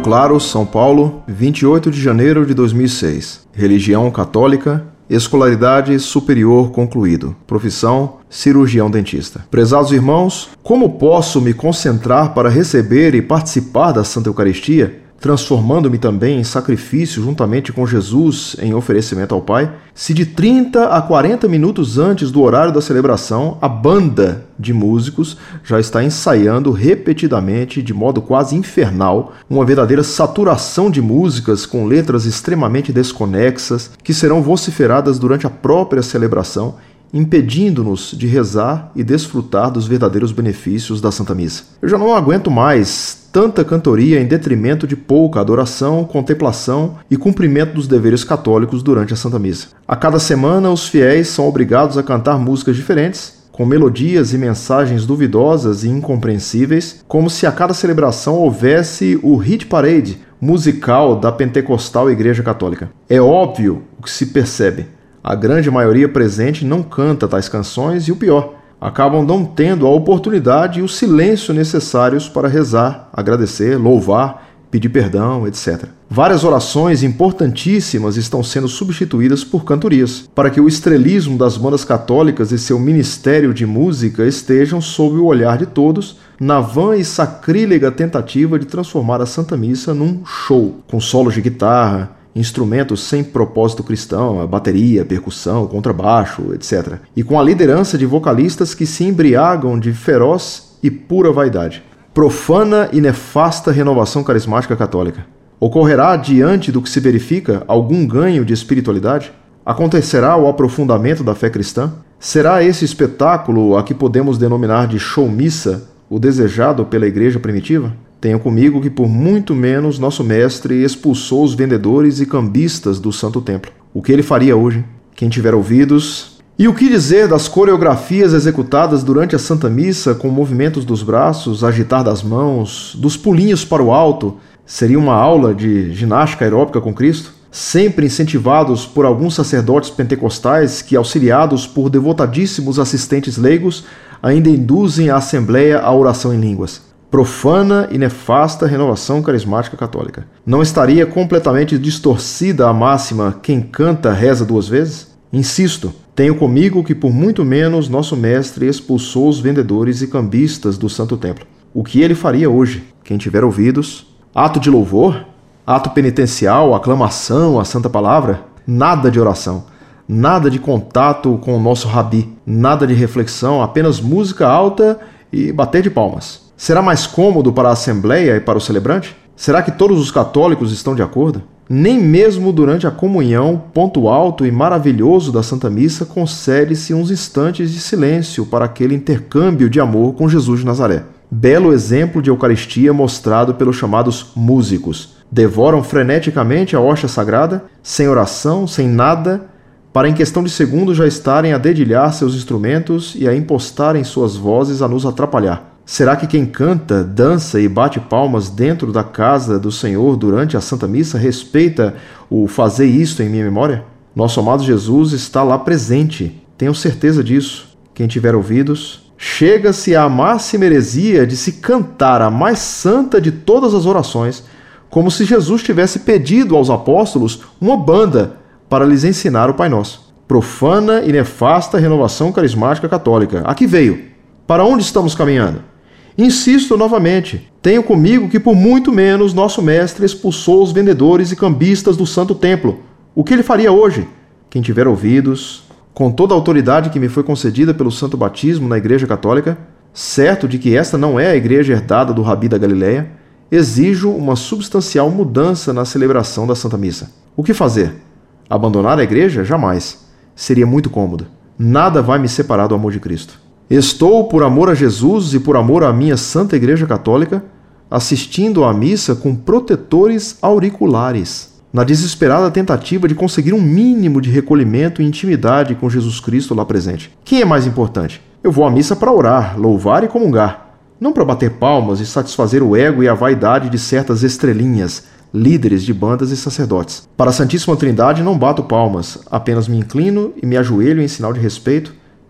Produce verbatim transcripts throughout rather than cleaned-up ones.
Claro, São Paulo, vinte e oito de janeiro de dois mil e seis. Religião católica, escolaridade superior concluído. Profissão, cirurgião dentista. Prezados irmãos, como posso me concentrar para receber e participar da Santa Eucaristia, transformando-me também em sacrifício juntamente com Jesus em oferecimento ao Pai, se de trinta a quarenta minutos antes do horário da celebração, a banda de músicos já está ensaiando repetidamente, de modo quase infernal, uma verdadeira saturação de músicas com letras extremamente desconexas que serão vociferadas durante a própria celebração, impedindo-nos de rezar e desfrutar dos verdadeiros benefícios da Santa Missa. Eu já não aguento mais tanta cantoria em detrimento de pouca adoração, contemplação e cumprimento dos deveres católicos durante a Santa Missa. A cada semana, os fiéis são obrigados a cantar músicas diferentes, com melodias e mensagens duvidosas e incompreensíveis, como se a cada celebração houvesse o hit parade musical da pentecostal Igreja Católica. É óbvio o que se percebe. A grande maioria presente não canta tais canções e o pior, acabam não tendo a oportunidade e o silêncio necessários para rezar, agradecer, louvar, pedir perdão, etcétera. Várias orações importantíssimas estão sendo substituídas por cantorias, para que o estrelismo das bandas católicas e seu ministério de música estejam sob o olhar de todos, na vã e sacrílega tentativa de transformar a Santa Missa num show, com solos de guitarra, instrumentos sem propósito cristão, a bateria, percussão, contrabaixo, etcétera. E com a liderança de vocalistas que se embriagam de feroz e pura vaidade. Profana e nefasta renovação carismática católica. Ocorrerá, diante do que se verifica, algum ganho de espiritualidade? Acontecerá o aprofundamento da fé cristã? Será esse espetáculo a que podemos denominar de show-missa o desejado pela igreja primitiva? Tenho comigo que por muito menos nosso mestre expulsou os vendedores e cambistas do Santo Templo. O que ele faria hoje? Quem tiver ouvidos... E o que dizer das coreografias executadas durante a Santa Missa com movimentos dos braços, agitar das mãos, dos pulinhos para o alto? Seria uma aula de ginástica aeróbica com Cristo? Sempre incentivados por alguns sacerdotes pentecostais que, auxiliados por devotadíssimos assistentes leigos, ainda induzem a Assembleia à oração em línguas. Profana e nefasta renovação carismática católica. Não estaria completamente distorcida a máxima "quem canta reza duas vezes"? Insisto, tenho comigo que por muito menos nosso mestre expulsou os vendedores e cambistas do Santo Templo. O que ele faria hoje? Quem tiver ouvidos? Ato de louvor? Ato penitencial? Aclamação à Santa Palavra? Nada de oração. Nada de contato com o nosso rabi. Nada de reflexão, apenas música alta e bater de palmas. Será mais cômodo para a Assembleia e para o celebrante? Será que todos os católicos estão de acordo? Nem mesmo durante a comunhão, ponto alto e maravilhoso da Santa Missa, concede-se uns instantes de silêncio para aquele intercâmbio de amor com Jesus de Nazaré. Belo exemplo de Eucaristia mostrado pelos chamados músicos. Devoram freneticamente a hóstia sagrada, sem oração, sem nada, para em questão de segundos já estarem a dedilhar seus instrumentos e a impostarem suas vozes a nos atrapalhar. Será que quem canta, dança e bate palmas dentro da casa do Senhor durante a Santa Missa respeita o fazer isto em minha memória? Nosso amado Jesus está lá presente, tenho certeza disso. Quem tiver ouvidos, chega-se à máxima heresia de se cantar a mais santa de todas as orações, como se Jesus tivesse pedido aos apóstolos uma banda para lhes ensinar o Pai Nosso. Profana e nefasta renovação carismática católica. Aqui veio. Para onde estamos caminhando? Insisto novamente, tenho comigo que por muito menos nosso mestre expulsou os vendedores e cambistas do Santo Templo. O que ele faria hoje? Quem tiver ouvidos, com toda a autoridade que me foi concedida pelo Santo Batismo na Igreja Católica, certo de que esta não é a igreja herdada do Rabi da Galileia, exijo uma substancial mudança na celebração da Santa Missa. O que fazer? Abandonar a igreja? Jamais. Seria muito cômodo. Nada vai me separar do amor de Cristo. Estou, por amor a Jesus e por amor à minha Santa Igreja Católica, assistindo à missa com protetores auriculares, na desesperada tentativa de conseguir um mínimo de recolhimento e intimidade com Jesus Cristo lá presente. Quem é mais importante? Eu vou à missa para orar, louvar e comungar, não para bater palmas e satisfazer o ego e a vaidade de certas estrelinhas, líderes de bandas e sacerdotes. Para a Santíssima Trindade não bato palmas, apenas me inclino e me ajoelho em sinal de respeito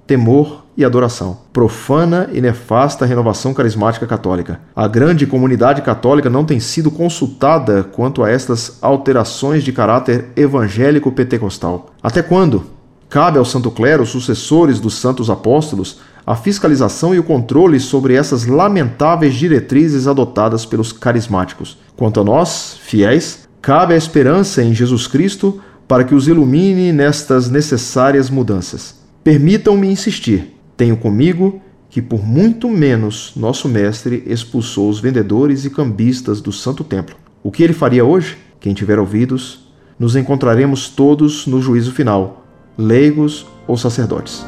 temor e adoração. Profana e nefasta renovação carismática católica. A grande comunidade católica não tem sido consultada quanto a estas alterações de caráter evangélico pentecostal. Até quando? Cabe ao Santo Clero, sucessores dos santos apóstolos, a fiscalização e o controle sobre essas lamentáveis diretrizes adotadas pelos carismáticos. Quanto a nós, fiéis, cabe a esperança em Jesus Cristo para que os ilumine nestas necessárias mudanças. Permitam-me insistir. Tenho comigo que por muito menos nosso mestre expulsou os vendedores e cambistas do Santo Templo. O que ele faria hoje? Quem tiver ouvidos, nos encontraremos todos no juízo final, leigos ou sacerdotes.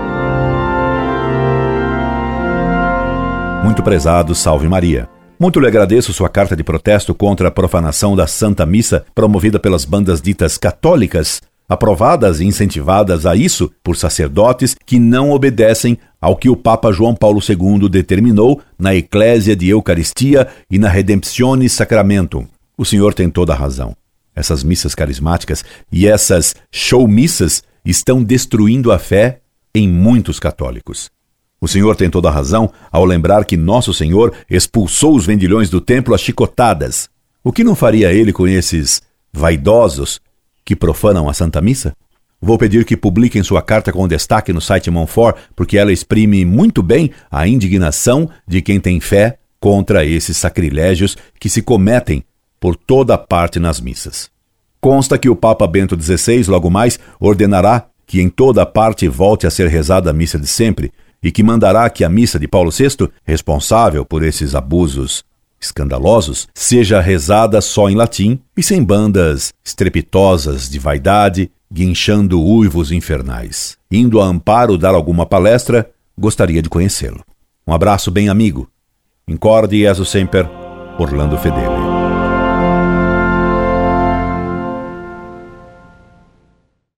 Muito prezado, salve Maria. Muito lhe agradeço sua carta de protesto contra a profanação da Santa Missa promovida pelas bandas ditas católicas, aprovadas e incentivadas a isso por sacerdotes que não obedecem ao que o Papa João Paulo segundo determinou na Eclésia de Eucaristia e na Redemptione Sacramento. O senhor tem toda a razão. Essas missas carismáticas e essas show-missas estão destruindo a fé em muitos católicos. O senhor tem toda a razão ao lembrar que Nosso Senhor expulsou os vendilhões do templo a chicotadas. O que não faria ele com esses vaidosos que profanam a Santa Missa? Vou pedir que publiquem sua carta com destaque no site Monfort, porque ela exprime muito bem a indignação de quem tem fé contra esses sacrilégios que se cometem por toda parte nas missas. Consta que o Papa Bento dezesseis, logo mais, ordenará que em toda parte volte a ser rezada a missa de sempre e que mandará que a missa de Paulo sexto, responsável por esses abusos escandalosos, seja rezada só em latim e sem bandas estrepitosas de vaidade, guinchando uivos infernais. Indo a Amparo dar alguma palestra, gostaria de conhecê-lo. Um abraço bem amigo. Incorde Jesus Semper, Orlando Fedeli.